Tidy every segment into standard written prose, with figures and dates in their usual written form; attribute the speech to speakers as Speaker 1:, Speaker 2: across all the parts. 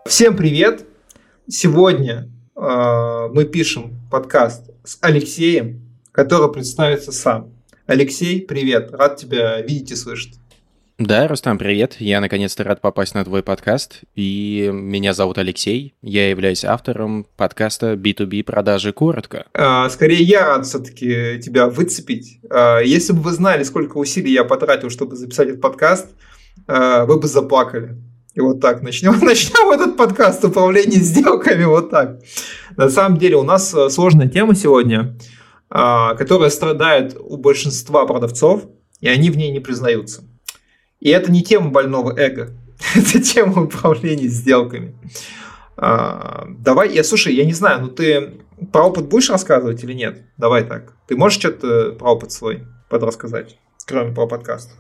Speaker 1: Всем привет! Сегодня мы пишем подкаст с Алексеем, который представится сам. Алексей, привет! Рад тебя видеть и слышать.
Speaker 2: Да, Рустам, привет. Я наконец-то рад попасть на твой подкаст. И меня зовут Алексей. Я являюсь автором подкаста B2B продажи коротко.
Speaker 1: Скорее, я рад все-таки тебя выцепить. Если бы вы знали, сколько усилий я потратил, чтобы записать этот подкаст, вы бы заплакали. И вот так, начнем этот подкаст управления сделками вот так. На самом деле у нас сложная тема сегодня, которая страдает у большинства продавцов, и они в ней не признаются. И это не тема больного эго, это тема управления сделками. Давай, я не знаю, ты про опыт будешь рассказывать или нет? Давай так. Ты можешь что-то про опыт свой подрассказать, кроме про подкаст?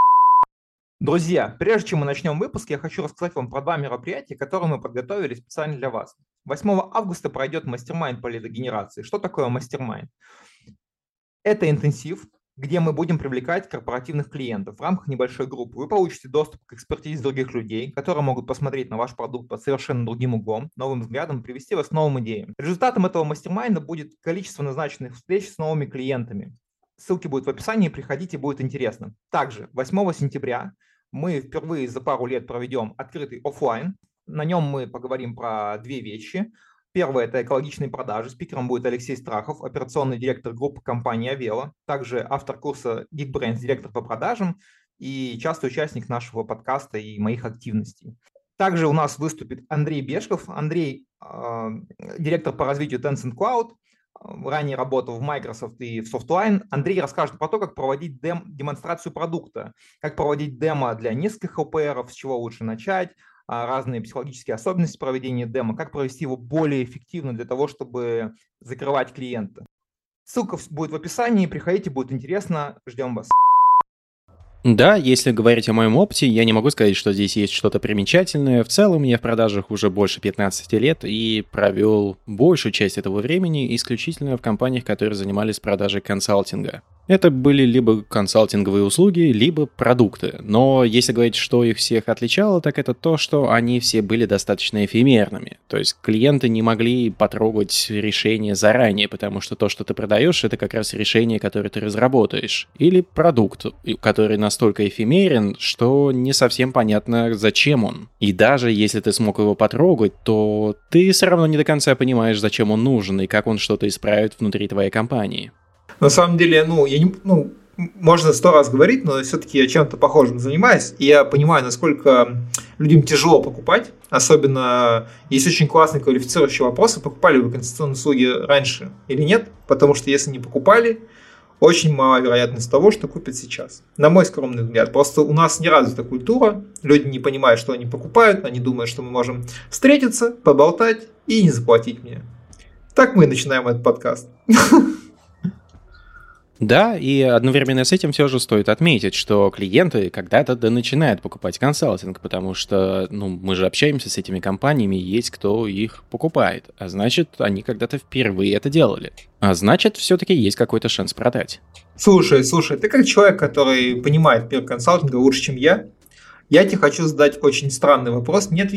Speaker 3: Друзья, прежде чем мы начнем выпуск, я хочу рассказать вам про два мероприятия, которые мы подготовили специально для вас. 8 августа пройдет мастер-майнд по лидогенерации. Что такое мастер-майнд? Это интенсив, где мы будем привлекать корпоративных клиентов в рамках небольшой группы. Вы получите доступ к экспертизе других людей, которые могут посмотреть на ваш продукт под совершенно другим углом, новым взглядом, привести вас к новым идеям. Результатом этого мастер-майнда будет количество назначенных встреч с новыми клиентами. Ссылки будут в описании, приходите, будет интересно. Также 8 сентября мы впервые за пару лет проведем открытый офлайн. На нем мы поговорим про две вещи. Первое – это экологичные продажи. Спикером будет Алексей Страхов, операционный директор группы компании Avelo, также автор курса Geekbrains, директор по продажам и частый участник нашего подкаста и моих активностей. Также у нас выступит Андрей Бешков. Андрей – директор по развитию Tencent Cloud, ранее работал в Microsoft и в Softline. Андрей расскажет про то, как проводить демонстрацию продукта, как проводить демо для нескольких ОПРов, с чего лучше начать, разные психологические особенности проведения демо, как провести его более эффективно для того, чтобы закрывать клиента. Ссылка будет в описании, приходите, будет интересно, ждем вас.
Speaker 2: Да, если говорить о моем опыте, я не могу сказать, что здесь есть что-то примечательное. В целом, я в продажах уже больше 15 лет и провел большую часть этого времени исключительно в компаниях, которые занимались продажей консалтинга. Это были либо консалтинговые услуги, либо продукты. Но если говорить, что их всех отличало, так это то, что они все были достаточно эфемерными. То есть клиенты не могли потрогать решение заранее, потому что то, что ты продаешь, это как раз решение, которое ты разработаешь. Или продукт, который настолько эфемерен, что не совсем понятно, зачем он. И даже если ты смог его потрогать, то ты все равно не до конца понимаешь, зачем он нужен и как он что-то исправит внутри твоей компании.
Speaker 1: На самом деле, можно 100 раз говорить, но все-таки я чем-то похожим занимаюсь, и я понимаю, насколько людям тяжело покупать, особенно есть очень классные квалифицирующие вопросы, покупали вы консультационные услуги раньше или нет, потому что если не покупали, очень мала вероятность того, что купят сейчас. На мой скромный взгляд. Просто у нас не развита культура, люди не понимают, что они покупают, они думают, что мы можем встретиться, поболтать и не заплатить мне. Так мы и начинаем этот подкаст.
Speaker 2: Да, и одновременно с этим все же стоит отметить, что клиенты когда-то начинают покупать консалтинг, потому что, мы же общаемся с этими компаниями, есть кто их покупает, а значит, они когда-то впервые это делали, а значит, все-таки есть какой-то шанс продать.
Speaker 1: Слушай, ты как человек, который понимает мир консалтинга лучше, чем я тебе хочу задать очень странный вопрос, не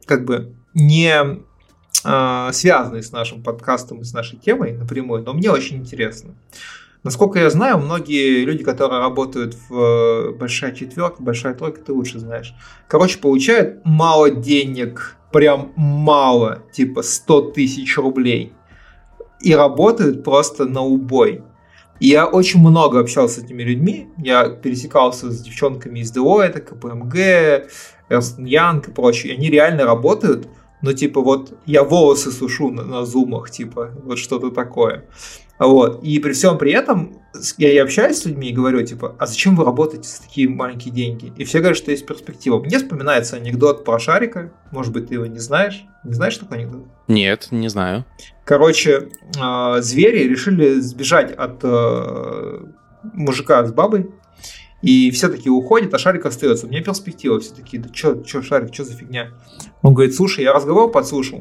Speaker 1: связанный с нашим подкастом и с нашей темой напрямую, но мне очень интересно. Насколько я знаю, многие люди, которые работают в большая четверка, большая тройка, ты лучше знаешь, получают мало денег, прям мало, типа 100 тысяч рублей, и работают просто на убой. И я очень много общался с этими людьми, я пересекался с девчонками из Deloitte, КПМГ, Ernst & Young и прочее, они реально работают, я волосы сушу на зумах, вот что-то такое. И при всем при этом я общаюсь с людьми и говорю, а зачем вы работаете за такие маленькие деньги? И все говорят, что есть перспектива. Мне вспоминается анекдот про шарика. Может быть, ты его не знаешь? Не знаешь такой анекдот?
Speaker 2: Нет, не знаю.
Speaker 1: Звери решили сбежать от мужика с бабой. И все такие уходят, а шарик остается. У меня перспектива. Все такие, да что шарик, что за фигня? Он говорит, слушай, я разговор подслушал.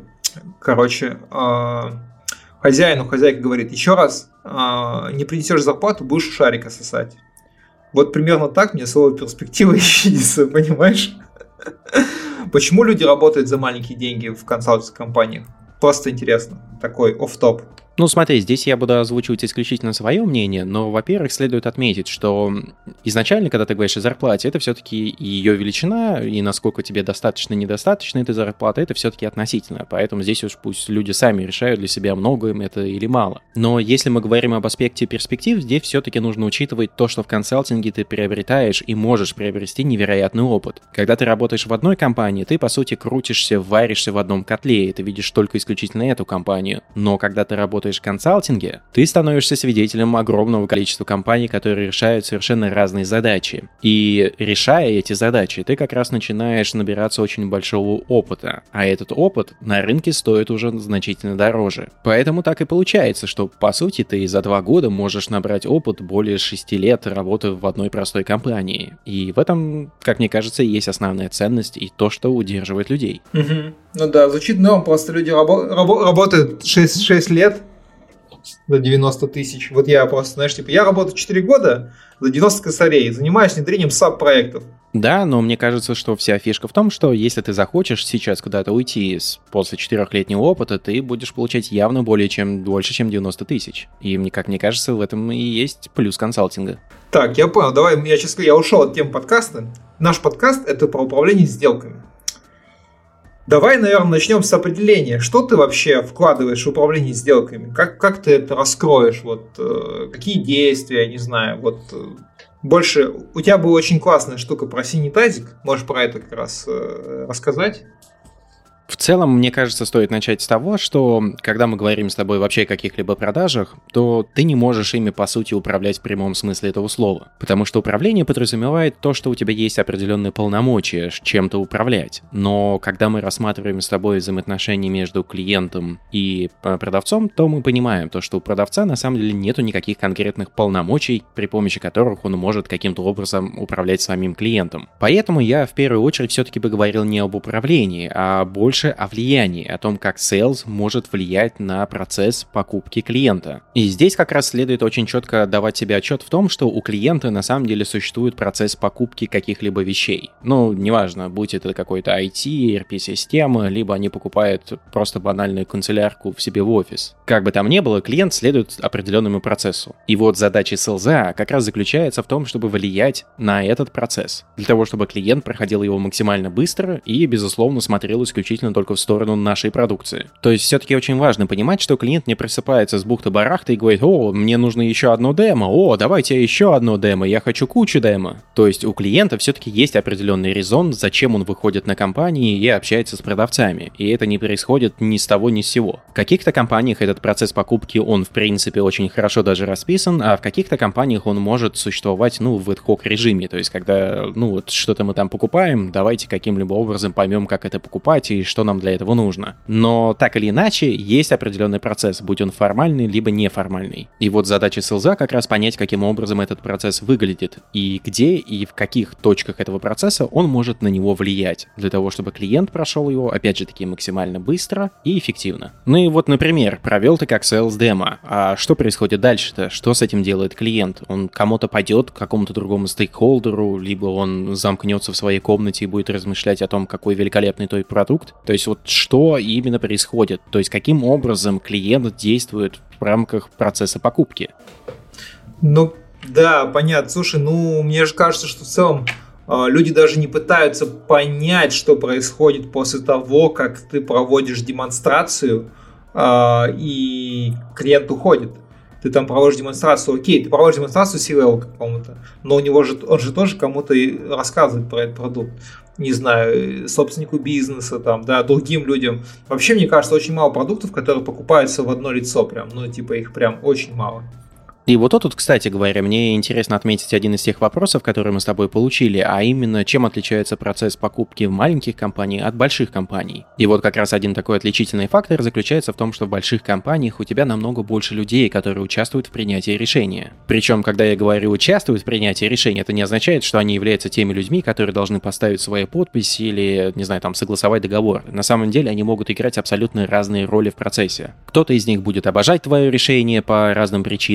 Speaker 1: Хозяйка говорит, еще раз не принесешь зарплату, будешь у шарика сосать. Вот примерно так мне слово перспектива видится, понимаешь? Почему люди работают за маленькие деньги в консалтинговых компаниях? Просто интересно. Такой офф-топ.
Speaker 2: Ну, смотри, здесь я буду озвучивать исключительно свое мнение, но, во-первых, следует отметить, что изначально, когда ты говоришь о зарплате, это все-таки ее величина, и насколько тебе достаточно, недостаточно этой зарплаты, это все-таки относительно. Поэтому здесь уж пусть люди сами решают для себя, много им это или мало. Но если мы говорим об аспекте перспектив, здесь все-таки нужно учитывать то, что в консалтинге ты приобретаешь и можешь приобрести невероятный опыт. Когда ты работаешь в одной компании, ты, по сути, крутишься, варишься в одном котле, и ты видишь только исключительно эту компанию. Но когда ты работаешь в консалтинге, ты становишься свидетелем огромного количества компаний, которые решают совершенно разные задачи. И решая эти задачи, ты как раз начинаешь набираться очень большого опыта. А этот опыт на рынке стоит уже значительно дороже. Поэтому так и получается, что по сути ты за 2 года можешь набрать опыт более 6 лет работы в одной простой компании. И в этом, как мне кажется, есть основная ценность и то, что удерживает людей.
Speaker 1: Угу. Ну да, звучит норм, просто люди работают 6 лет за 90 тысяч. Вот я просто, знаешь, типа, я работаю 4 года за 90 косарей, занимаюсь внедрением саб-проектов.
Speaker 2: Да, но мне кажется, что вся фишка в том, что если ты захочешь сейчас куда-то уйти после 4-летнего опыта, ты будешь получать явно больше, чем 90 тысяч. И как мне кажется, в этом и есть плюс консалтинга.
Speaker 1: Так, я понял. Давай, я ушел от темы подкаста. Наш подкаст — это про управление сделками. Давай, наверное, начнем с определения. Что ты вообще вкладываешь в управление сделками? Как ты это раскроешь? Какие действия, не знаю. Больше... У тебя была очень классная штука про синий тазик. Можешь про это как раз рассказать?
Speaker 2: В целом, мне кажется, стоит начать с того, что когда мы говорим с тобой вообще о каких-либо продажах, то ты не можешь ими, по сути, управлять в прямом смысле этого слова. Потому что управление подразумевает то, что у тебя есть определенные полномочия чем-то управлять. Но когда мы рассматриваем с тобой взаимоотношения между клиентом и продавцом, то мы понимаем то, что у продавца на самом деле нету никаких конкретных полномочий, при помощи которых он может каким-то образом управлять самим клиентом. Поэтому я в первую очередь все-таки бы говорил не об управлении, а больше о влиянии, о том, как sales может влиять на процесс покупки клиента. И здесь как раз следует очень четко давать себе отчет в том, что у клиента на самом деле существует процесс покупки каких-либо вещей. Ну, неважно, будь это какой-то IT, ERP-система, либо они покупают просто банальную канцелярку в себе в офис. Как бы там ни было, клиент следует определенному процессу. И вот задача селза как раз заключается в том, чтобы влиять на этот процесс. Для того, чтобы клиент проходил его максимально быстро и, безусловно, смотрел исключительно только в сторону нашей продукции. То есть все-таки очень важно понимать, что клиент не просыпается с бухты-барахты и говорит: «О, мне нужно еще одно демо, о, давайте еще одно демо, я хочу кучу демо». То есть у клиента все-таки есть определенный резон, зачем он выходит на компании и общается с продавцами. И это не происходит ни с того, ни с сего. В каких-то компаниях этот процесс покупки, он в принципе очень хорошо даже расписан, а в каких-то компаниях он может существовать, в ad-hoc режиме. То есть когда, что-то мы там покупаем, давайте каким-либо образом поймем, как это покупать и что нам для этого нужно. Но так или иначе, есть определенный процесс, будь он формальный, либо неформальный. И вот задача селза как раз понять, каким образом этот процесс выглядит, и где и в каких точках этого процесса он может на него влиять, для того, чтобы клиент прошел его, опять же таки, максимально быстро и эффективно. Ну и вот, например, провел ты как sales демо, а что происходит дальше-то? Что с этим делает клиент? Он кому-то пойдет, к какому-то другому стейкхолдеру, либо он замкнется в своей комнате и будет размышлять о том, какой великолепный твой продукт? То есть вот что именно происходит? То есть каким образом клиент действует в рамках процесса покупки?
Speaker 1: Ну, да, понятно. Слушай, мне же кажется, что в целом люди даже не пытаются понять, что происходит после того, как ты проводишь демонстрацию, и клиент уходит. Ты там проводишь демонстрацию, окей, ты проводишь демонстрацию C-level какому-то, но он же тоже кому-то рассказывает про этот продукт. Не знаю, собственнику бизнеса, другим людям. Вообще, мне кажется, очень мало продуктов, которые покупаются в одно лицо прям. Их прям очень мало.
Speaker 2: И вот тут, кстати говоря, мне интересно отметить один из тех вопросов, которые мы с тобой получили, а именно, чем отличается процесс покупки в маленьких компаниях от больших компаний. И вот как раз один такой отличительный фактор заключается в том, что в больших компаниях у тебя намного больше людей, которые участвуют в принятии решения. Причем, когда я говорю «участвуют в принятии решения», это не означает, что они являются теми людьми, которые должны поставить свою подпись или, согласовать договор. На самом деле они могут играть абсолютно разные роли в процессе. Кто-то из них будет обожать твое решение по разным причинам, возможно,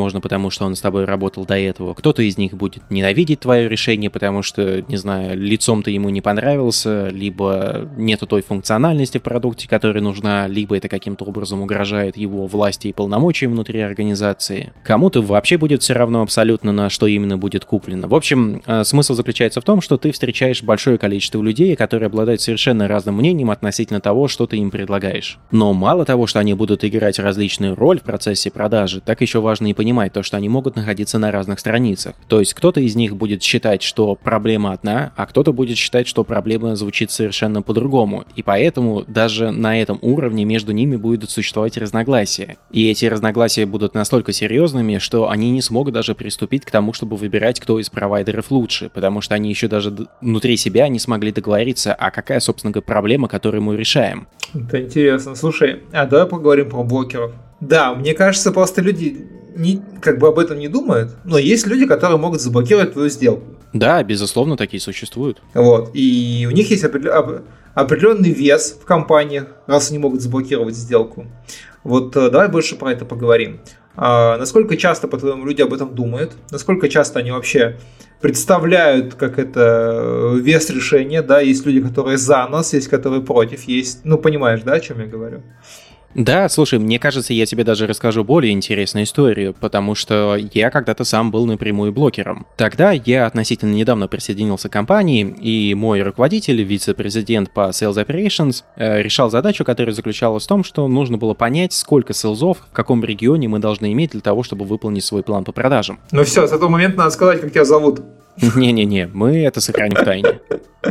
Speaker 2: возможно, потому что он с тобой работал до этого. Кто-то из них будет ненавидеть твое решение, потому что, не знаю, лицом ты ему не понравился, либо нету той функциональности в продукте, которая нужна, либо это каким-то образом угрожает его власти и полномочиям внутри организации. Кому-то вообще будет все равно абсолютно, на что именно будет куплено. В общем, смысл заключается в том, что ты встречаешь большое количество людей, которые обладают совершенно разным мнением относительно того, что ты им предлагаешь. Но мало того, что они будут играть различную роль в процессе продажи, так еще важно и понимать то, что они могут находиться на разных страницах. То есть кто-то из них будет считать, что проблема одна, а кто-то будет считать, что проблема звучит совершенно по-другому. И поэтому даже на этом уровне между ними будут существовать разногласия. И эти разногласия будут настолько серьезными, что они не смогут даже приступить к тому, чтобы выбирать, кто из провайдеров лучше, потому что они еще даже внутри себя не смогли договориться, а какая, собственно говоря, проблема, которую мы решаем.
Speaker 1: Это интересно. Слушай, давай поговорим про блокеров. Да, мне кажется, просто люди об этом не думают, но есть люди, которые могут заблокировать твою сделку.
Speaker 2: Да, безусловно, такие существуют.
Speaker 1: Вот, и у них есть определенный вес в компаниях, раз они могут заблокировать сделку. Вот давай больше про это поговорим. Насколько часто, по-твоему, люди об этом думают? Насколько часто они вообще представляют, как это вес решения? Да, есть люди, которые за нас, есть которые против, есть... понимаешь, да, о чем я говорю?
Speaker 2: Да, слушай, мне кажется, я тебе даже расскажу более интересную историю, потому что я когда-то сам был напрямую блокером. Тогда я относительно недавно присоединился к компании, и мой руководитель, вице-президент по Sales Operations, решал задачу, которая заключалась в том, что нужно было понять, сколько селзов в каком регионе мы должны иметь для того, чтобы выполнить свой план по продажам.
Speaker 1: Ну все, с этого момента надо сказать, как тебя зовут.
Speaker 2: Не-не-не, мы это сохраним в тайне.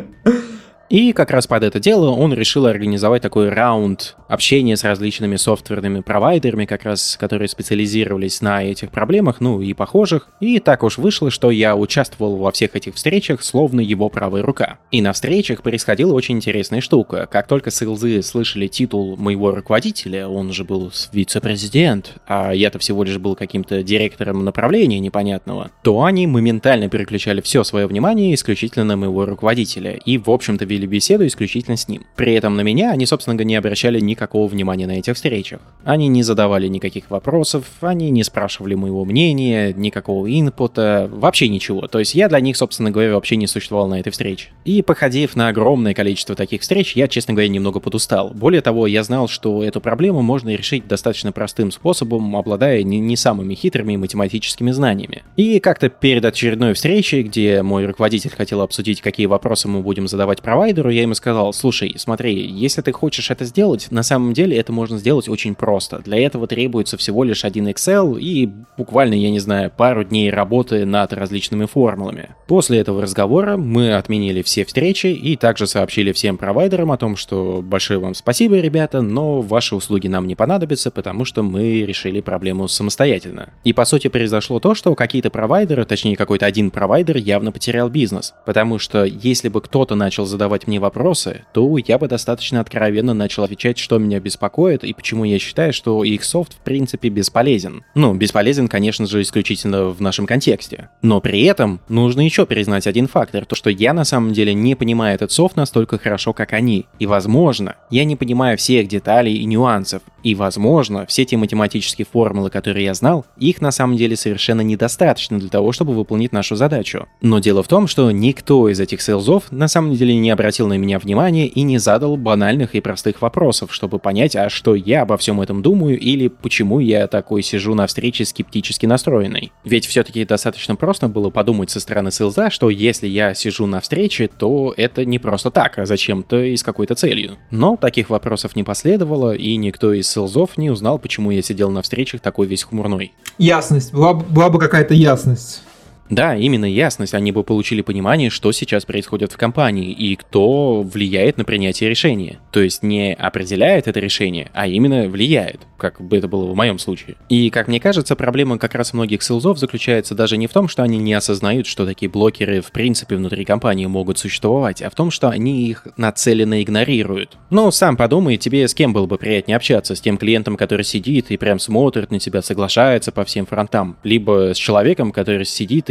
Speaker 2: И как раз под это дело он решил организовать такой раунд общения с различными софтверными провайдерами, как раз, которые специализировались на этих проблемах, и похожих. И так уж вышло, что я участвовал во всех этих встречах, словно его правая рука. И на встречах происходила очень интересная штука. Как только сейлзы слышали титул моего руководителя, он же был вице-президент, а я-то всего лишь был каким-то директором направления непонятного, то они моментально переключали все свое внимание исключительно на моего руководителя. И, в общем-то, вели беседу исключительно с ним. При этом на меня они, собственно говоря, не обращали никакого внимания на этих встречах. Они не задавали никаких вопросов, они не спрашивали моего мнения, никакого инпута, вообще ничего. То есть я для них, собственно говоря, вообще не существовал на этой встрече. И походив на огромное количество таких встреч, я, честно говоря, немного подустал. Более того, я знал, что эту проблему можно решить достаточно простым способом, обладая не самыми хитрыми математическими знаниями. И как-то перед очередной встречей, где мой руководитель хотел обсудить, какие вопросы мы будем задавать провайдеру, я ему сказал: слушай, смотри, если ты хочешь это сделать, на самом деле это можно сделать очень просто. Для этого требуется всего лишь один Excel и буквально, я не знаю, пару дней работы над различными формулами. После этого разговора мы отменили все встречи и также сообщили всем провайдерам о том, что большое вам спасибо, ребята, но ваши услуги нам не понадобятся, потому что мы решили проблему самостоятельно. И по сути произошло то, что какие-то провайдеры, точнее какой-то один провайдер явно потерял бизнес, потому что если бы кто-то начал задавать мне вопросы, то я бы достаточно откровенно начал отвечать, что меня беспокоит и почему я считаю, что их софт в принципе бесполезен. Бесполезен, конечно же, исключительно в нашем контексте. Но при этом нужно еще признать один фактор, то что я на самом деле не понимаю этот софт настолько хорошо, как они. И возможно, я не понимаю всех деталей и нюансов. И возможно, все те математические формулы, которые я знал, их на самом деле совершенно недостаточно для того, чтобы выполнить нашу задачу. Но дело в том, что никто из этих сейлзов на самом деле не обратил на меня внимания и не задал банальных и простых вопросов, чтобы понять, а что я обо всем этом думаю или почему я такой сижу на встрече скептически настроенный. Ведь все-таки достаточно просто было подумать со стороны сейлза, что если я сижу на встрече, то это не просто так, а зачем-то и с какой-то целью. Но таких вопросов не последовало, и никто из сейлзов не узнал, почему я сидел на встречах такой весь хмурной.
Speaker 1: Ясность. Была бы какая-то ясность.
Speaker 2: Да, именно ясность. Они бы получили понимание, что сейчас происходит в компании и кто влияет на принятие решения. То есть не определяет это решение, а именно влияет, как бы это было в моем случае. И, как мне кажется, проблема как раз многих сейлзов заключается даже не в том, что они не осознают, что такие блокеры в принципе внутри компании могут существовать, а в том, что они их нацеленно игнорируют. Сам подумай, тебе с кем было бы приятнее общаться? С тем клиентом, который сидит и прям смотрит на тебя, соглашается по всем фронтам, либо с человеком, который сидит и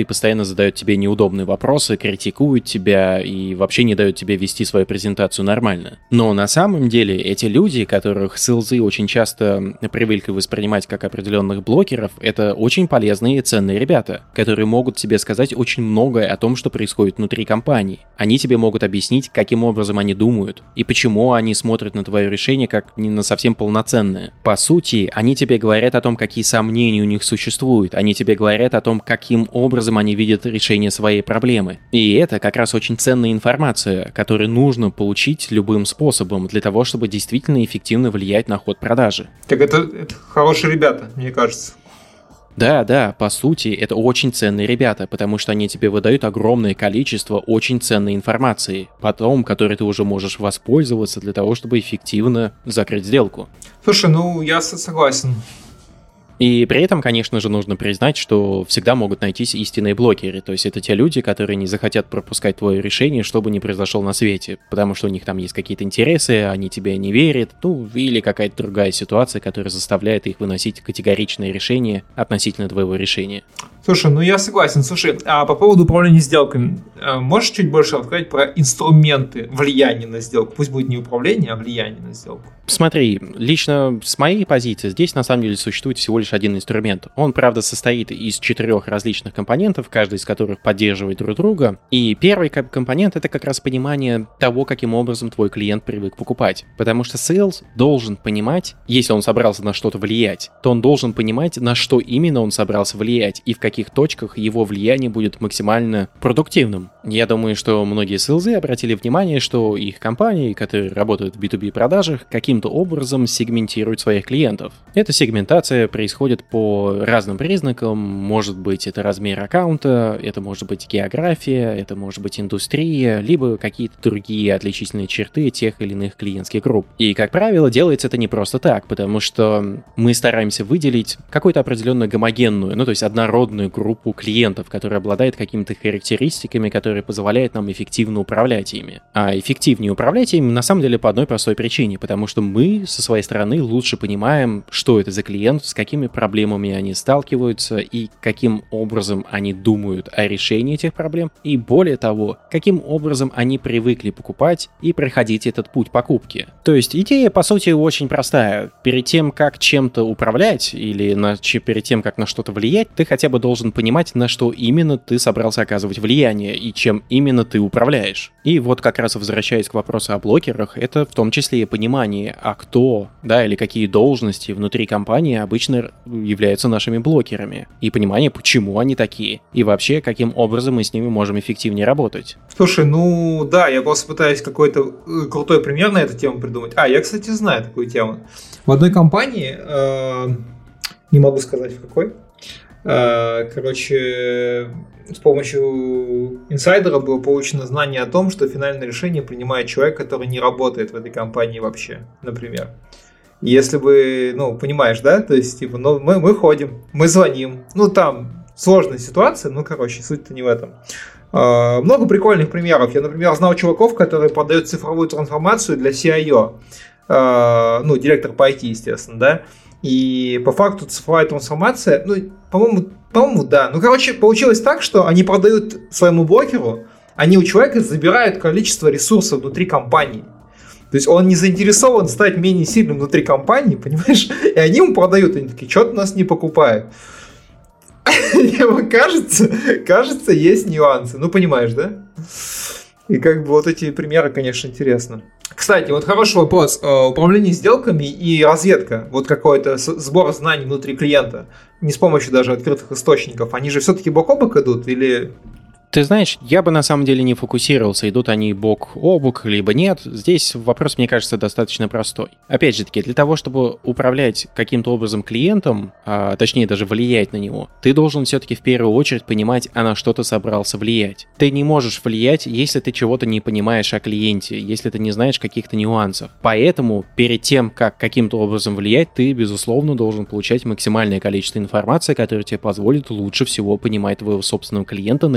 Speaker 2: постоянно задают тебе неудобные вопросы, критикуют тебя и вообще не дают тебе вести свою презентацию нормально. Но на самом деле эти люди, которых селзы очень часто привыкли воспринимать как определенных блогеров, это очень полезные и ценные ребята, которые могут тебе сказать очень многое о том, что происходит внутри компании. Они тебе могут объяснить, каким образом они думают и почему они смотрят на твое решение как не на совсем полноценное. По сути, они тебе говорят о том, какие сомнения у них существуют, они тебе говорят о том, каким образом они видят решение своей проблемы. И это как раз очень ценная информация, которую нужно получить любым способом для того, чтобы действительно эффективно влиять на ход продажи.
Speaker 1: Так это хорошие ребята, мне кажется.
Speaker 2: Да, по сути, это очень ценные ребята, потому что они тебе выдают огромное количество очень ценной информации, потом, которой ты уже можешь воспользоваться для того, чтобы эффективно закрыть сделку.
Speaker 1: Слушай, я согласен.
Speaker 2: И при этом, конечно же, нужно признать, что всегда могут найтись истинные блогеры. То есть это те люди, которые не захотят пропускать твое решение, что бы ни произошло на свете. Потому что у них там есть какие-то интересы, они тебе не верят, или какая-то другая ситуация, которая заставляет их выносить категоричные решения относительно твоего решения.
Speaker 1: Слушай, я согласен. Слушай, а по поводу управления сделками, можешь чуть больше рассказать про инструменты влияния на сделку? Пусть будет не управление, а влияние на сделку.
Speaker 2: Смотри, лично с моей позиции здесь на самом деле существует всего лишь один инструмент. Он, правда, состоит из 4 различных компонентов, каждый из которых поддерживает друг друга. И первый компонент — это как раз понимание того, каким образом твой клиент привык покупать. Потому что sales должен понимать, если он собрался на что-то влиять, то он должен понимать, на что именно он собрался влиять и в каких точках его влияние будет максимально продуктивным. Я думаю, что многие селзы обратили внимание, что их компании, которые работают в B2B продажах, каким-то образом сегментируют своих клиентов. Эта сегментация происходит по разным признакам. Может быть, это размер аккаунта, это может быть география, это может быть индустрия, либо какие-то другие отличительные черты тех или иных клиентских групп. И, как правило, делается это не просто так, потому что мы стараемся выделить какую-то определенную гомогенную, то есть однородную группу клиентов, которая обладает какими-то характеристиками, которые позволяют нам эффективно управлять ими. А эффективнее управлять ими на самом деле по одной простой причине, потому что мы со своей стороны лучше понимаем, что это за клиент, с какими проблемами они сталкиваются и каким образом они думают о решении этих проблем, и более того, каким образом они привыкли покупать и проходить этот путь покупки. То есть идея, по сути, очень простая. Перед тем, как чем-то управлять или перед тем, как на что-то влиять, ты хотя бы должен понимать, на что именно ты собрался оказывать влияние и чем именно ты управляешь. И вот как раз возвращаясь к вопросу о блогерах, это в том числе и понимание, а кто, или какие должности внутри компании обычно являются нашими блогерами, и понимание, почему они такие, и вообще, каким образом мы с ними можем эффективнее работать.
Speaker 1: Слушай, я просто пытаюсь какой-то крутой пример на эту тему придумать. Я, кстати, знаю такую тему. В одной компании, не могу сказать в какой, с помощью инсайдера было получено знание о том, что финальное решение принимает человек, который не работает в этой компании вообще, например. Если бы, понимаешь, да? То есть, мы ходим, мы звоним, там сложная ситуация, суть-то не в этом. Много прикольных примеров. Я, например, знал чуваков, которые продают цифровую трансформацию для CIO, директор по IT, естественно, да? И по факту цифровая трансформация, по-моему, да. Получилось так, что они продают своему блогеру, они у человека забирают количество ресурсов внутри компании. То есть он не заинтересован стать менее сильным внутри компании, понимаешь? И они ему продают, они такие, что-то нас не покупают. Кажется, есть нюансы. Понимаешь, да? И вот эти примеры, конечно, интересны. Кстати, хороший вопрос. Управление сделками и разведка. Какой-то сбор знаний внутри клиента. Не с помощью даже открытых источников. Они же все-таки бок о бок идут или...
Speaker 2: Ты знаешь, я бы на самом деле не фокусировался, идут они бок о бок, либо нет. Здесь вопрос, мне кажется, достаточно простой. Опять же таки, для того, чтобы управлять каким-то образом клиентом, точнее даже влиять на него, ты должен все-таки в первую очередь понимать, а на что ты собрался влиять. Ты не можешь влиять, если ты чего-то не понимаешь о клиенте, если ты не знаешь каких-то нюансов. Поэтому перед тем, как каким-то образом влиять, ты, безусловно, должен получать максимальное количество информации, которое тебе позволит лучше всего понимать твоего собственного клиента, на которого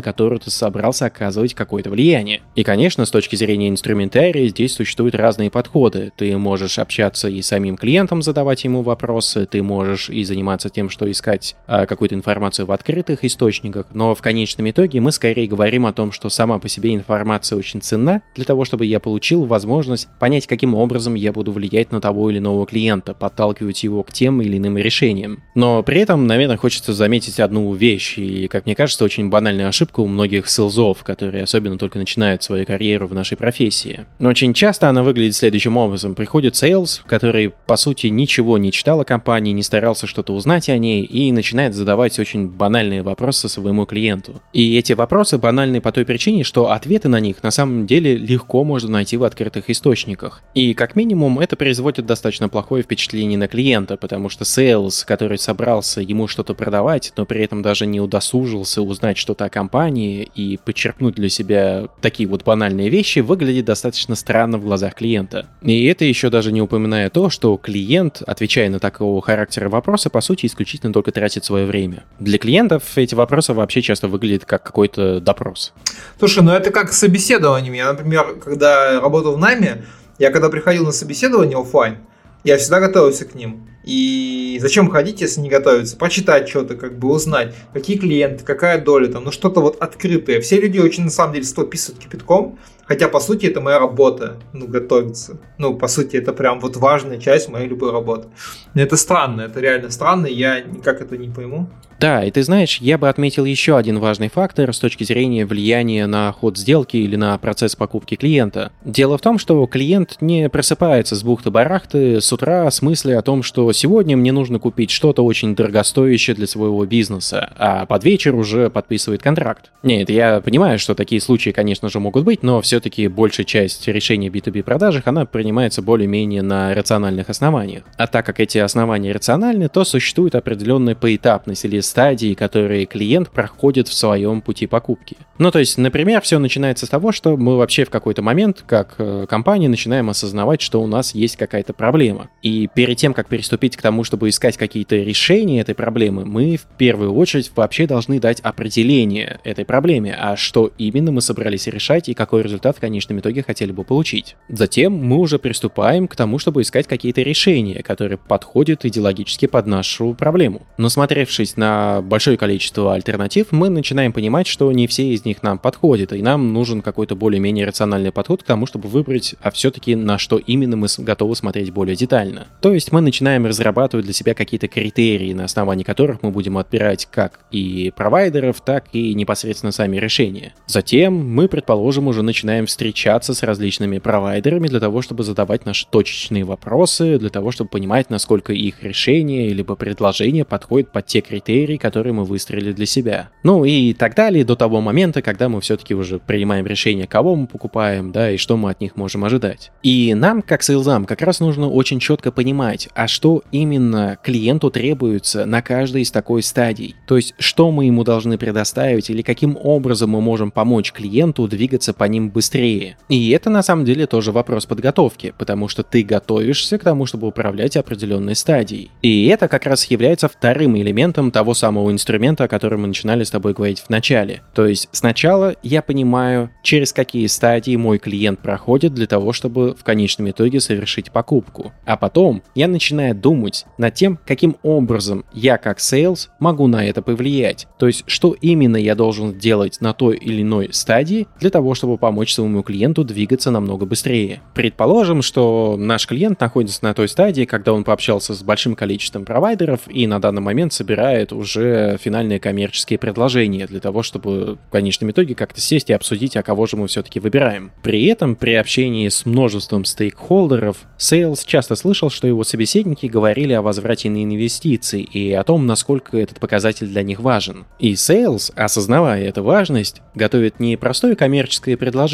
Speaker 2: кто-то собрался оказывать какое-то влияние. И, конечно, с точки зрения инструментария здесь существуют разные подходы. Ты можешь общаться и с самим клиентом, задавать ему вопросы, ты можешь и заниматься тем, что искать какую-то информацию в открытых источниках, но в конечном итоге мы скорее говорим о том, что сама по себе информация очень ценна для того, чтобы я получил возможность понять, каким образом я буду влиять на того или иного клиента, подталкивать его к тем или иным решениям. Но при этом, наверное, хочется заметить одну вещь, и, как мне кажется, очень банальная ошибка у многих селзов, которые особенно только начинают свою карьеру в нашей профессии. Но очень часто она выглядит следующим образом. Приходит сейлс, который, по сути, ничего не читал о компании, не старался что-то узнать о ней, и начинает задавать очень банальные вопросы своему клиенту. И эти вопросы банальны по той причине, что ответы на них на самом деле легко можно найти в открытых источниках. И, как минимум, это производит достаточно плохое впечатление на клиента, потому что сейлс, который собрался ему что-то продавать, но при этом даже не удосужился узнать что-то о компании и подчеркнуть для себя такие вот банальные вещи, выглядит достаточно странно в глазах клиента. И это еще даже не упоминая то, что клиент, отвечая на такого характера вопросы, по сути, исключительно только тратит свое время. Для клиентов эти вопросы вообще часто выглядят как какой-то допрос.
Speaker 1: Слушай, ну это как с собеседованием. Я, например, когда работал в найме, я когда приходил на собеседование офлайн, я всегда готовился к ним. И зачем ходить, если не готовиться? Почитать что-то, как бы узнать, какие клиенты, какая доля там, ну что-то вот открытое. Все люди очень, на самом деле, писают кипятком, хотя, по сути, это моя работа, готовиться. По сути, это прям вот важная часть моей любой работы. Но это странно, это реально странно, я никак это не пойму.
Speaker 2: Да, и ты знаешь, я бы отметил еще один важный фактор с точки зрения влияния на ход сделки или на процесс покупки клиента. Дело в том, что клиент не просыпается с бухты-барахты с утра с мыслью о том, что сегодня мне нужно купить что-то очень дорогостоящее для своего бизнеса, а под вечер уже подписывает контракт. Нет, я понимаю, что такие случаи, конечно же, могут быть, но все-таки большая часть решений B2B продажах, она принимается более-менее на рациональных основаниях. А так как эти основания рациональны, то существует определенная поэтапность или стадии, которые клиент проходит в своем пути покупки. То есть, например, все начинается с того, что мы вообще в какой-то момент, как компания, начинаем осознавать, что у нас есть какая-то проблема. И перед тем, как переступить к тому, чтобы искать какие-то решения этой проблемы, мы в первую очередь вообще должны дать определение этой проблеме, а что именно мы собрались решать и какой результат в конечном итоге хотели бы получить. Затем мы уже приступаем к тому, чтобы искать какие-то решения, которые подходят идеологически под нашу проблему. Насмотревшись на большое количество альтернатив, мы начинаем понимать, что не все из них нам подходят, и нам нужен какой-то более-менее рациональный подход к тому, чтобы выбрать, а все-таки на что именно мы готовы смотреть более детально. То есть мы начинаем разрабатывать для себя какие-то критерии, на основании которых мы будем отбирать как и провайдеров, так и непосредственно сами решения. Затем мы, предположим, уже начинаем встречаться с различными провайдерами для того, чтобы задавать наши точечные вопросы, для того, чтобы понимать, насколько их решение либо предложение подходит под те критерии, которые мы выстроили для себя. И так далее, до того момента, когда мы все-таки уже принимаем решение, кого мы покупаем, да, и что мы от них можем ожидать. И нам, как сейлзам, как раз нужно очень четко понимать, а что именно клиенту требуется на каждой из такой стадий. То есть, что мы ему должны предоставить или каким образом мы можем помочь клиенту двигаться по ним быстрее. И это на самом деле тоже вопрос подготовки, потому что ты готовишься к тому, чтобы управлять определенной стадией. И это как раз является вторым элементом того самого инструмента, о котором мы начинали с тобой говорить в начале. То есть сначала я понимаю, через какие стадии мой клиент проходит для того, чтобы в конечном итоге совершить покупку. А потом я начинаю думать над тем, каким образом я как сейлс могу на это повлиять. То есть что именно я должен делать на той или иной стадии для того, чтобы помочь своему клиенту двигаться намного быстрее. Предположим, что наш клиент находится на той стадии, когда он пообщался с большим количеством провайдеров и на данный момент собирает уже финальные коммерческие предложения для того, чтобы в конечном итоге как-то сесть и обсудить, а кого же мы все-таки выбираем. При этом, при общении с множеством стейкхолдеров, сейлс часто слышал, что его собеседники говорили о возврате на инвестиции и о том, насколько этот показатель для них важен. И сейлс, осознавая эту важность, готовит не простое коммерческое предложение,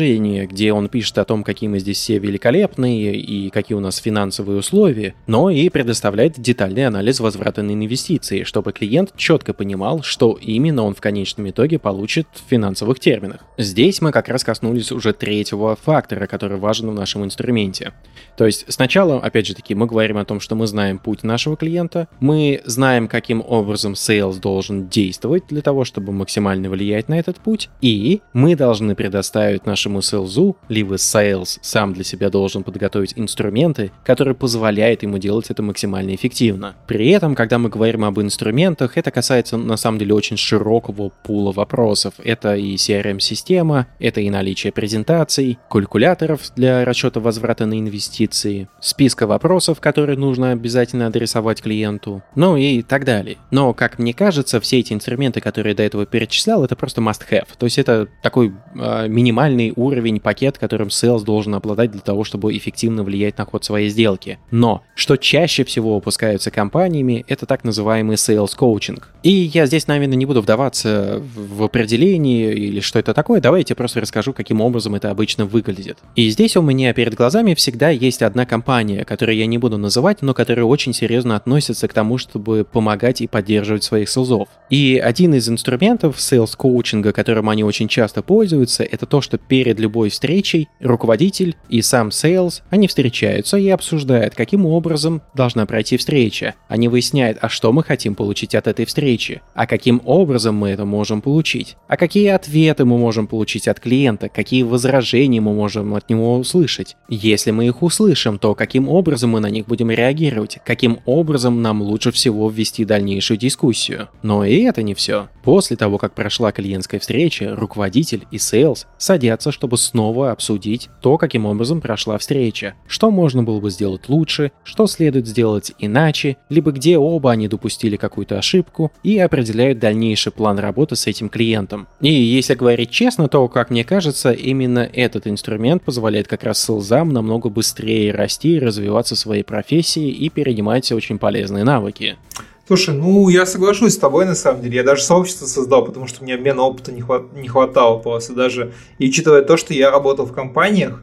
Speaker 2: приложение, где он пишет о том, какие мы здесь все великолепные и какие у нас финансовые условия, но и предоставляет детальный анализ возврата на инвестиции, чтобы клиент четко понимал, что именно он в конечном итоге получит в финансовых терминах. Здесь мы как раз коснулись уже третьего фактора, который важен в нашем инструменте. То есть сначала, опять же таки, мы говорим о том, что мы знаем путь нашего клиента, мы знаем, каким образом Sales должен действовать для того, чтобы максимально влиять на этот путь, и мы должны предоставить нашему Sales, либо Sales сам для себя должен подготовить инструменты, которые позволяют ему делать это максимально эффективно. При этом, когда мы говорим об инструментах, это касается на самом деле очень широкого пула вопросов. Это и CRM-система, это и наличие презентаций, калькуляторов для расчета возврата на инвестиции, списка вопросов, которые нужно обязательно адресовать клиенту, ну и так далее. Но, как мне кажется, все эти инструменты, которые я до этого перечислял, это просто must-have. То есть это такой минимальный уровень, пакет, которым Sales должен обладать для того, чтобы эффективно влиять на ход своей сделки. Но, что чаще всего выпускаются компаниями, это так называемый Sales Coaching. И я здесь, наверное, не буду вдаваться в определение или что это такое, давайте я просто расскажу, каким образом это обычно выглядит. И здесь у меня перед глазами всегда есть одна компания, которую я не буду называть, но которая очень серьезно относится к тому, чтобы помогать и поддерживать своих селзов. И один из инструментов сейлс-коучинга, которым они очень часто пользуются, это то, что перед любой встречей руководитель и сам сейлс, они встречаются и обсуждают, каким образом должна пройти встреча. Они выясняют, а что мы хотим получить от этой встречи, а каким образом мы это можем получить, а какие ответы мы можем получить от клиента, какие возражения мы можем от него услышать. Если мы их услышим, то каким образом мы на них будем реагировать, каким образом нам лучше всего ввести дальнейшую дискуссию. Но и это не все. После того, как прошла клиентская встреча, руководитель и сейлс садятся, чтобы снова обсудить то, каким образом прошла встреча, что можно было бы сделать лучше, что следует сделать иначе, либо где оба они допустили какую-то ошибку, и определяют дальнейший план работы с этим клиентом. И если говорить честно, то, как мне кажется, именно этот инструмент позволяет как раз сейлзам намного быстрее расти, развиваться в своей профессии и перенимать очень полезные навыки.
Speaker 1: Слушай, я соглашусь с тобой на самом деле. Я даже сообщество создал, потому что мне обмена опыта не хватало просто даже. И учитывая то, что я работал в компаниях,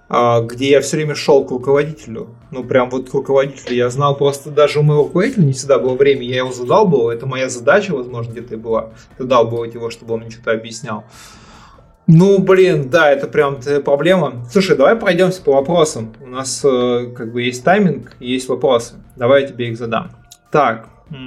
Speaker 1: где я все время шел к руководителю. Прям вот к руководителю. Я знал просто, даже у моего руководителя не всегда было время, я его задалбывал. Это моя задача, возможно, где-то и была. Задалбывать его, чтобы он мне что-то объяснял. Да, это прям проблема. Слушай, давай пройдемся по вопросам. У нас есть тайминг, есть вопросы. Давай я тебе их задам. Так.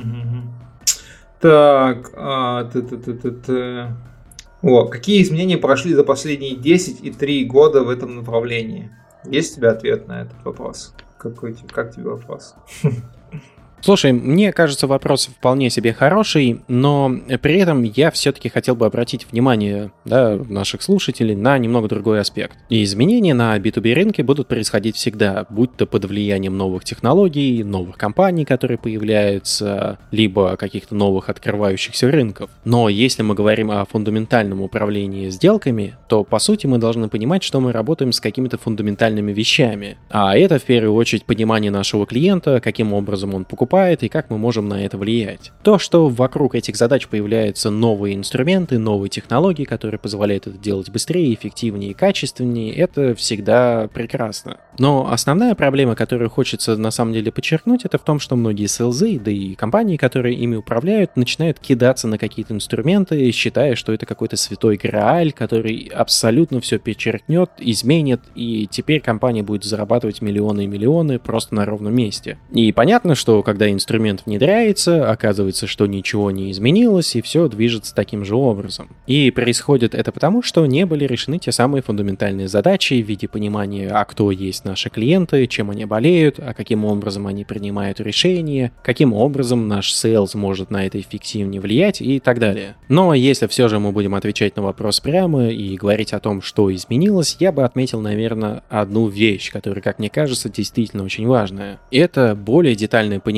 Speaker 1: Какие изменения прошли за последние 10 и 3 года в этом направлении? Есть у тебя ответ на этот вопрос? Как тебе вопрос?
Speaker 2: Слушай, мне кажется, вопрос вполне себе хороший, но при этом я все-таки хотел бы обратить внимание наших слушателей на немного другой аспект. И изменения на B2B рынке будут происходить всегда, будь то под влиянием новых технологий, новых компаний, которые появляются, либо каких-то новых открывающихся рынков. Но если мы говорим о фундаментальном управлении сделками, то по сути мы должны понимать, что мы работаем с какими-то фундаментальными вещами. А это в первую очередь понимание нашего клиента, каким образом он покупает, и как мы можем на это влиять. То, что вокруг этих задач появляются новые инструменты, новые технологии, которые позволяют это делать быстрее, эффективнее и качественнее, это всегда прекрасно. Но основная проблема, которую хочется на самом деле подчеркнуть, это в том, что многие селзы, да и компании, которые ими управляют, начинают кидаться на какие-то инструменты, считая, что это какой-то святой грааль, который абсолютно все перечеркнет, изменит, и теперь компания будет зарабатывать миллионы и миллионы просто на ровном месте. И понятно, что когда инструмент внедряется, оказывается, что ничего не изменилось, и все движется таким же образом. И происходит это потому, что не были решены те самые фундаментальные задачи в виде понимания, а кто есть наши клиенты, чем они болеют, а каким образом они принимают решения, каким образом наш сейлс может на это эффективнее влиять и так далее. Но если все же мы будем отвечать на вопрос прямо и говорить о том, что изменилось, я бы отметил, наверное, одну вещь, которая, как мне кажется, действительно очень важная. Это более детальное понимание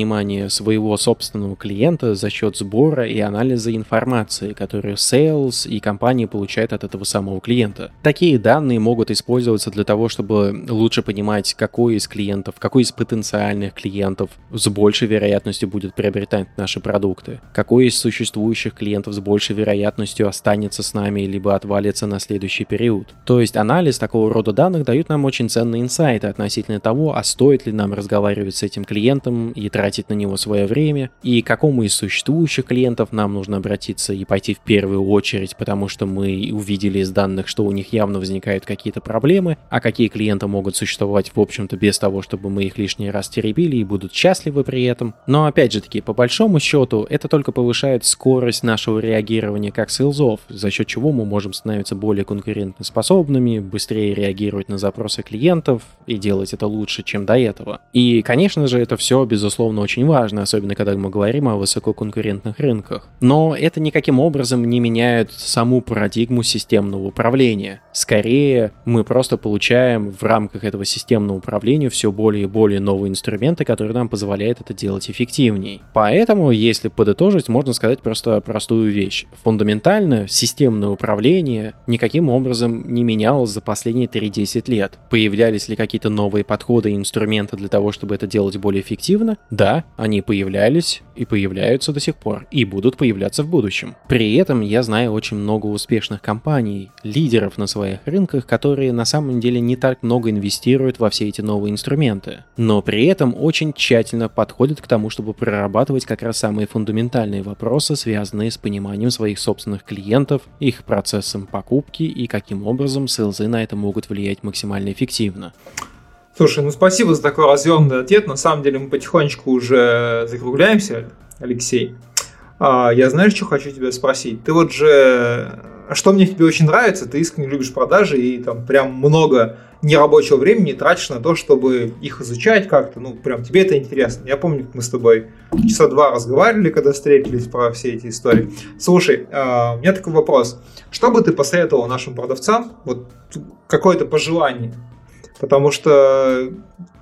Speaker 2: понимания своего собственного клиента за счет сбора и анализа информации, которую Sales и компании получают от этого самого клиента. Такие данные могут использоваться для того, чтобы лучше понимать, какой из потенциальных клиентов с большей вероятностью будет приобретать наши продукты, какой из существующих клиентов с большей вероятностью останется с нами либо отвалится на следующий период. То есть анализ такого рода данных дает нам очень ценные инсайты относительно того, а стоит ли нам разговаривать с этим клиентом и тратить на него свое время, и к какому из существующих клиентов нам нужно обратиться и пойти в первую очередь, потому что мы увидели из данных, что у них явно возникают какие-то проблемы, а какие клиенты могут существовать, в общем-то, без того, чтобы мы их лишний раз теребили и будут счастливы при этом. Но опять же таки, по большому счету, это только повышает скорость нашего реагирования как сейлзов, за счет чего мы можем становиться более конкурентоспособными, быстрее реагировать на запросы клиентов и делать это лучше, чем до этого. И, конечно же, это все, безусловно, очень важно, особенно когда мы говорим о высококонкурентных рынках. Но это никаким образом не меняет саму парадигму системного управления. Скорее, мы просто получаем в рамках этого системного управления все более и более новые инструменты, которые нам позволяют это делать эффективнее. Поэтому, если подытожить, можно сказать просто простую вещь. Фундаментально системное управление никаким образом не менялось за последние 3-10 лет. Появлялись ли какие-то новые подходы и инструменты для того, чтобы это делать более эффективно? Да, они появлялись и появляются до сих пор, и будут появляться в будущем. При этом я знаю очень много успешных компаний, лидеров на своих рынках, которые на самом деле не так много инвестируют во все эти новые инструменты, но при этом очень тщательно подходят к тому, чтобы прорабатывать как раз самые фундаментальные вопросы, связанные с пониманием своих собственных клиентов, их процессом покупки и каким образом сейлзы на это могут влиять максимально эффективно.
Speaker 1: Слушай, ну спасибо за такой развернутый ответ. На самом деле мы потихонечку уже закругляемся, Алексей. Я, знаешь, что хочу тебя спросить? Ты вот же... Что мне в тебе очень нравится, ты искренне любишь продажи и там прям много нерабочего времени тратишь на то, чтобы их изучать как-то. Ну, прям тебе это интересно. Я помню, как мы с тобой часа 2 разговаривали, когда встретились про все эти истории. Слушай, у меня такой вопрос. Что бы ты посоветовал нашим продавцам? Вот какое-то пожелание. Потому что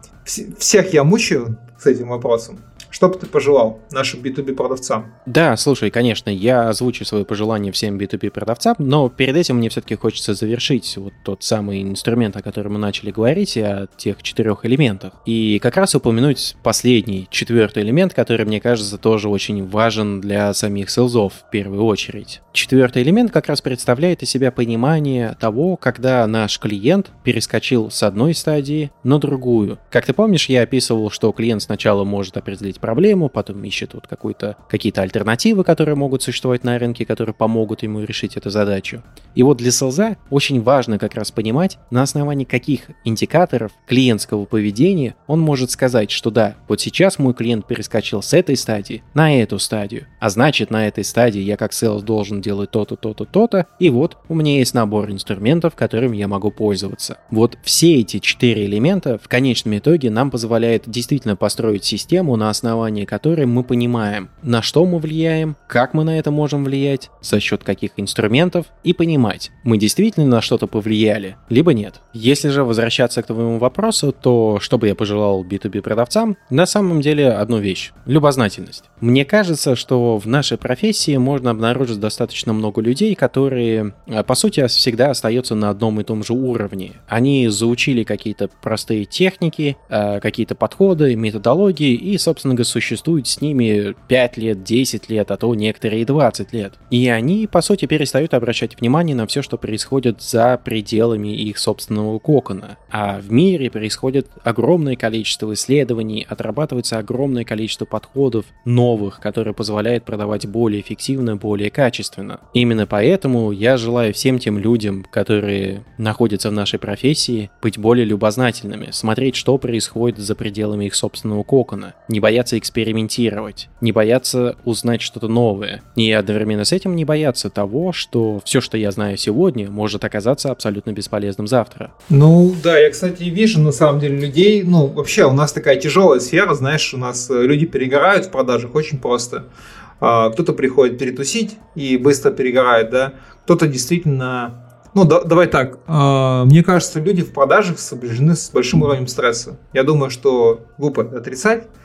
Speaker 1: всех я мучаю с этим вопросом. Что бы ты пожелал нашим B2B продавцам?
Speaker 2: Да, слушай, конечно, я озвучу свои пожелания всем B2B продавцам, но перед этим мне все-таки хочется завершить вот тот самый инструмент, о котором мы начали говорить, о тех 4 элементах. И как раз упомянуть последний, 4-й элемент, который, мне кажется, тоже очень важен для самих сейлзов в первую очередь. 4-й элемент как раз представляет из себя понимание того, когда наш клиент перескочил с одной стадии на другую. Как ты помнишь, я описывал, что клиент сначала может определить проблему, потом ищет вот какие-то альтернативы, которые могут существовать на рынке, которые помогут ему решить эту задачу. И вот для сейлза очень важно как раз понимать, на основании каких индикаторов клиентского поведения он может сказать, что да, вот сейчас мой клиент перескочил с этой стадии на эту стадию, а значит на этой стадии я как сейлз должен делать то-то, то-то, то-то, и вот у меня есть набор инструментов, которым я могу пользоваться. Вот все эти 4 элемента в конечном итоге нам позволяют действительно построить систему, на основании которой мы понимаем, на что мы влияем, как мы на это можем влиять, за счет каких инструментов, и понимать, мы действительно на что-то повлияли, либо нет. Если же возвращаться к твоему вопросу, то что бы я пожелал B2B продавцам? На самом деле одну вещь – любознательность. Мне кажется, что в нашей профессии можно обнаружить достаточно много людей, которые, по сути, всегда остаются на одном и том же уровне. Они заучили какие-то простые техники, какие-то подходы, методологии и, собственно говоря, существуют с ними 5 лет, 10 лет, а то некоторые 20 лет. И они, по сути, перестают обращать внимание на все, что происходит за пределами их собственного кокона. А в мире происходит огромное количество исследований, отрабатывается огромное количество подходов новых, которые позволяют продавать более эффективно, более качественно. Именно поэтому я желаю всем тем людям, которые находятся в нашей профессии, быть более любознательными, смотреть, что происходит за пределами их собственного кокона, не бояться экспериментировать, не бояться узнать что-то новое, и одновременно с этим не бояться того, что все, что я знаю сегодня, может оказаться абсолютно бесполезным завтра.
Speaker 1: Ну да, я, кстати, вижу на самом деле людей, вообще у нас такая тяжелая сфера, знаешь, у нас люди перегорают в продажах очень просто. Кто-то приходит перетусить и быстро перегорает, да, кто-то действительно... давай так, мне кажется, люди в продажах сопряжены с большим уровнем стресса. Я думаю, что глупо это отрицать.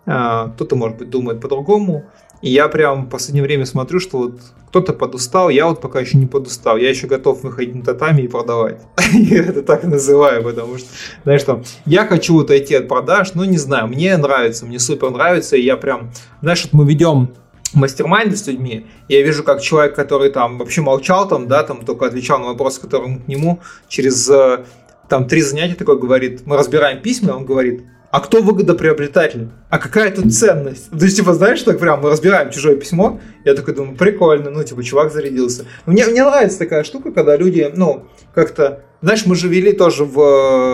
Speaker 1: кто-то, может быть, думает по-другому. И я прям в последнее время смотрю, что вот кто-то подустал, я вот пока еще не подустал. Я еще готов выходить на татами и продавать. Я это так называю, потому что, знаешь, там, я хочу отойти от продаж, но не знаю, мне нравится, мне супер нравится, и я прям, знаешь, вот мы ведем мастер-майнды с людьми, я вижу, как человек, который там вообще молчал, там, да, там только отвечал на вопросы, которые к нему через там 3 занятия такой говорит, мы разбираем письма, он говорит, а кто выгодоприобретатель? А какая тут ценность? То есть, типа, знаешь, так прям мы разбираем чужое письмо, я такой думаю, прикольно, ну, типа, чувак зарядился. Мне нравится такая штука, когда люди, ну, как-то, знаешь, мы же вели тоже в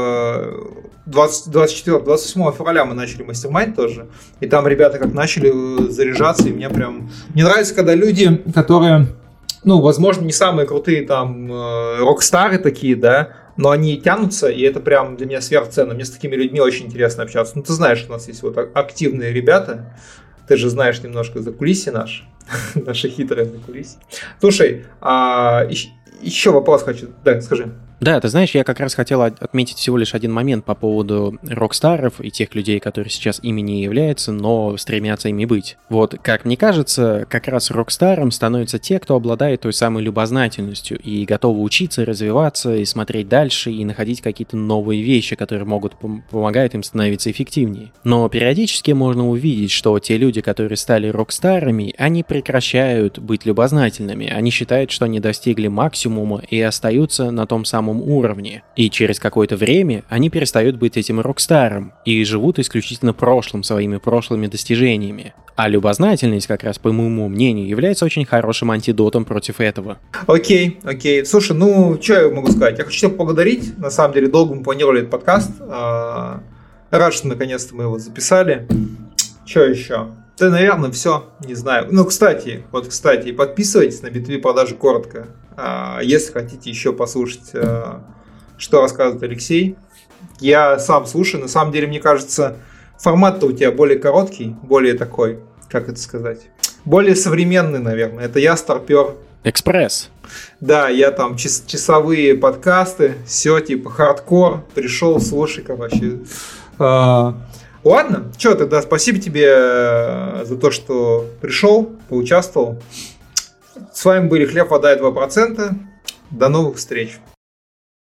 Speaker 1: 24-28 февраля мы начали мастер-майнд тоже, и там ребята как начали заряжаться, и мне прям... Мне нравится, когда люди, которые, ну, возможно, не самые крутые там рок-стары такие, да, но они тянутся, и это прям для меня сверхценно. Мне с такими людьми очень интересно общаться. Ну, ты знаешь, у нас есть вот активные ребята, ты же знаешь немножко закулисье наши хитрые закулисье. Слушай, еще вопрос хочу, да, скажи.
Speaker 2: Да, ты знаешь, я как раз хотел отметить всего лишь один момент по поводу рок-старов и тех людей, которые сейчас ими не являются, но стремятся ими быть. Вот, как мне кажется, как раз рок-старом становятся те, кто обладает той самой любознательностью и готовы учиться, развиваться, и смотреть дальше, и находить какие-то новые вещи, которые могут помогать им становиться эффективнее. Но периодически можно увидеть, что те люди, которые стали рок-старами, они прекращают быть любознательными, они считают, что они достигли максимума и остаются на том самом уровне. И через какое-то время они перестают быть этим рок-старом и живут исключительно прошлым, своими прошлыми достижениями. А любознательность, как раз по моему мнению, является очень хорошим антидотом против этого.
Speaker 1: Окей. Слушай, ну, что я могу сказать? Я хочу тебя поблагодарить. На самом деле, долго мы планировали этот подкаст. Рад, что наконец-то мы его записали. Что еще? Да, наверное, все. Не знаю. Ну, кстати, подписывайтесь на B2B продажи коротко. Если хотите еще послушать, что рассказывает Алексей. Я сам слушаю. На самом деле, мне кажется, формат-то у тебя более короткий, более такой, как это сказать, более современный, наверное. Это я старпер.
Speaker 2: Экспресс.
Speaker 1: Да, я там часовые подкасты, все типа хардкор. Пришел, слушай, короче. Ладно, что тогда, спасибо тебе за то, что пришел, поучаствовал. С вами были Хлеб, вода и 2%. До новых встреч.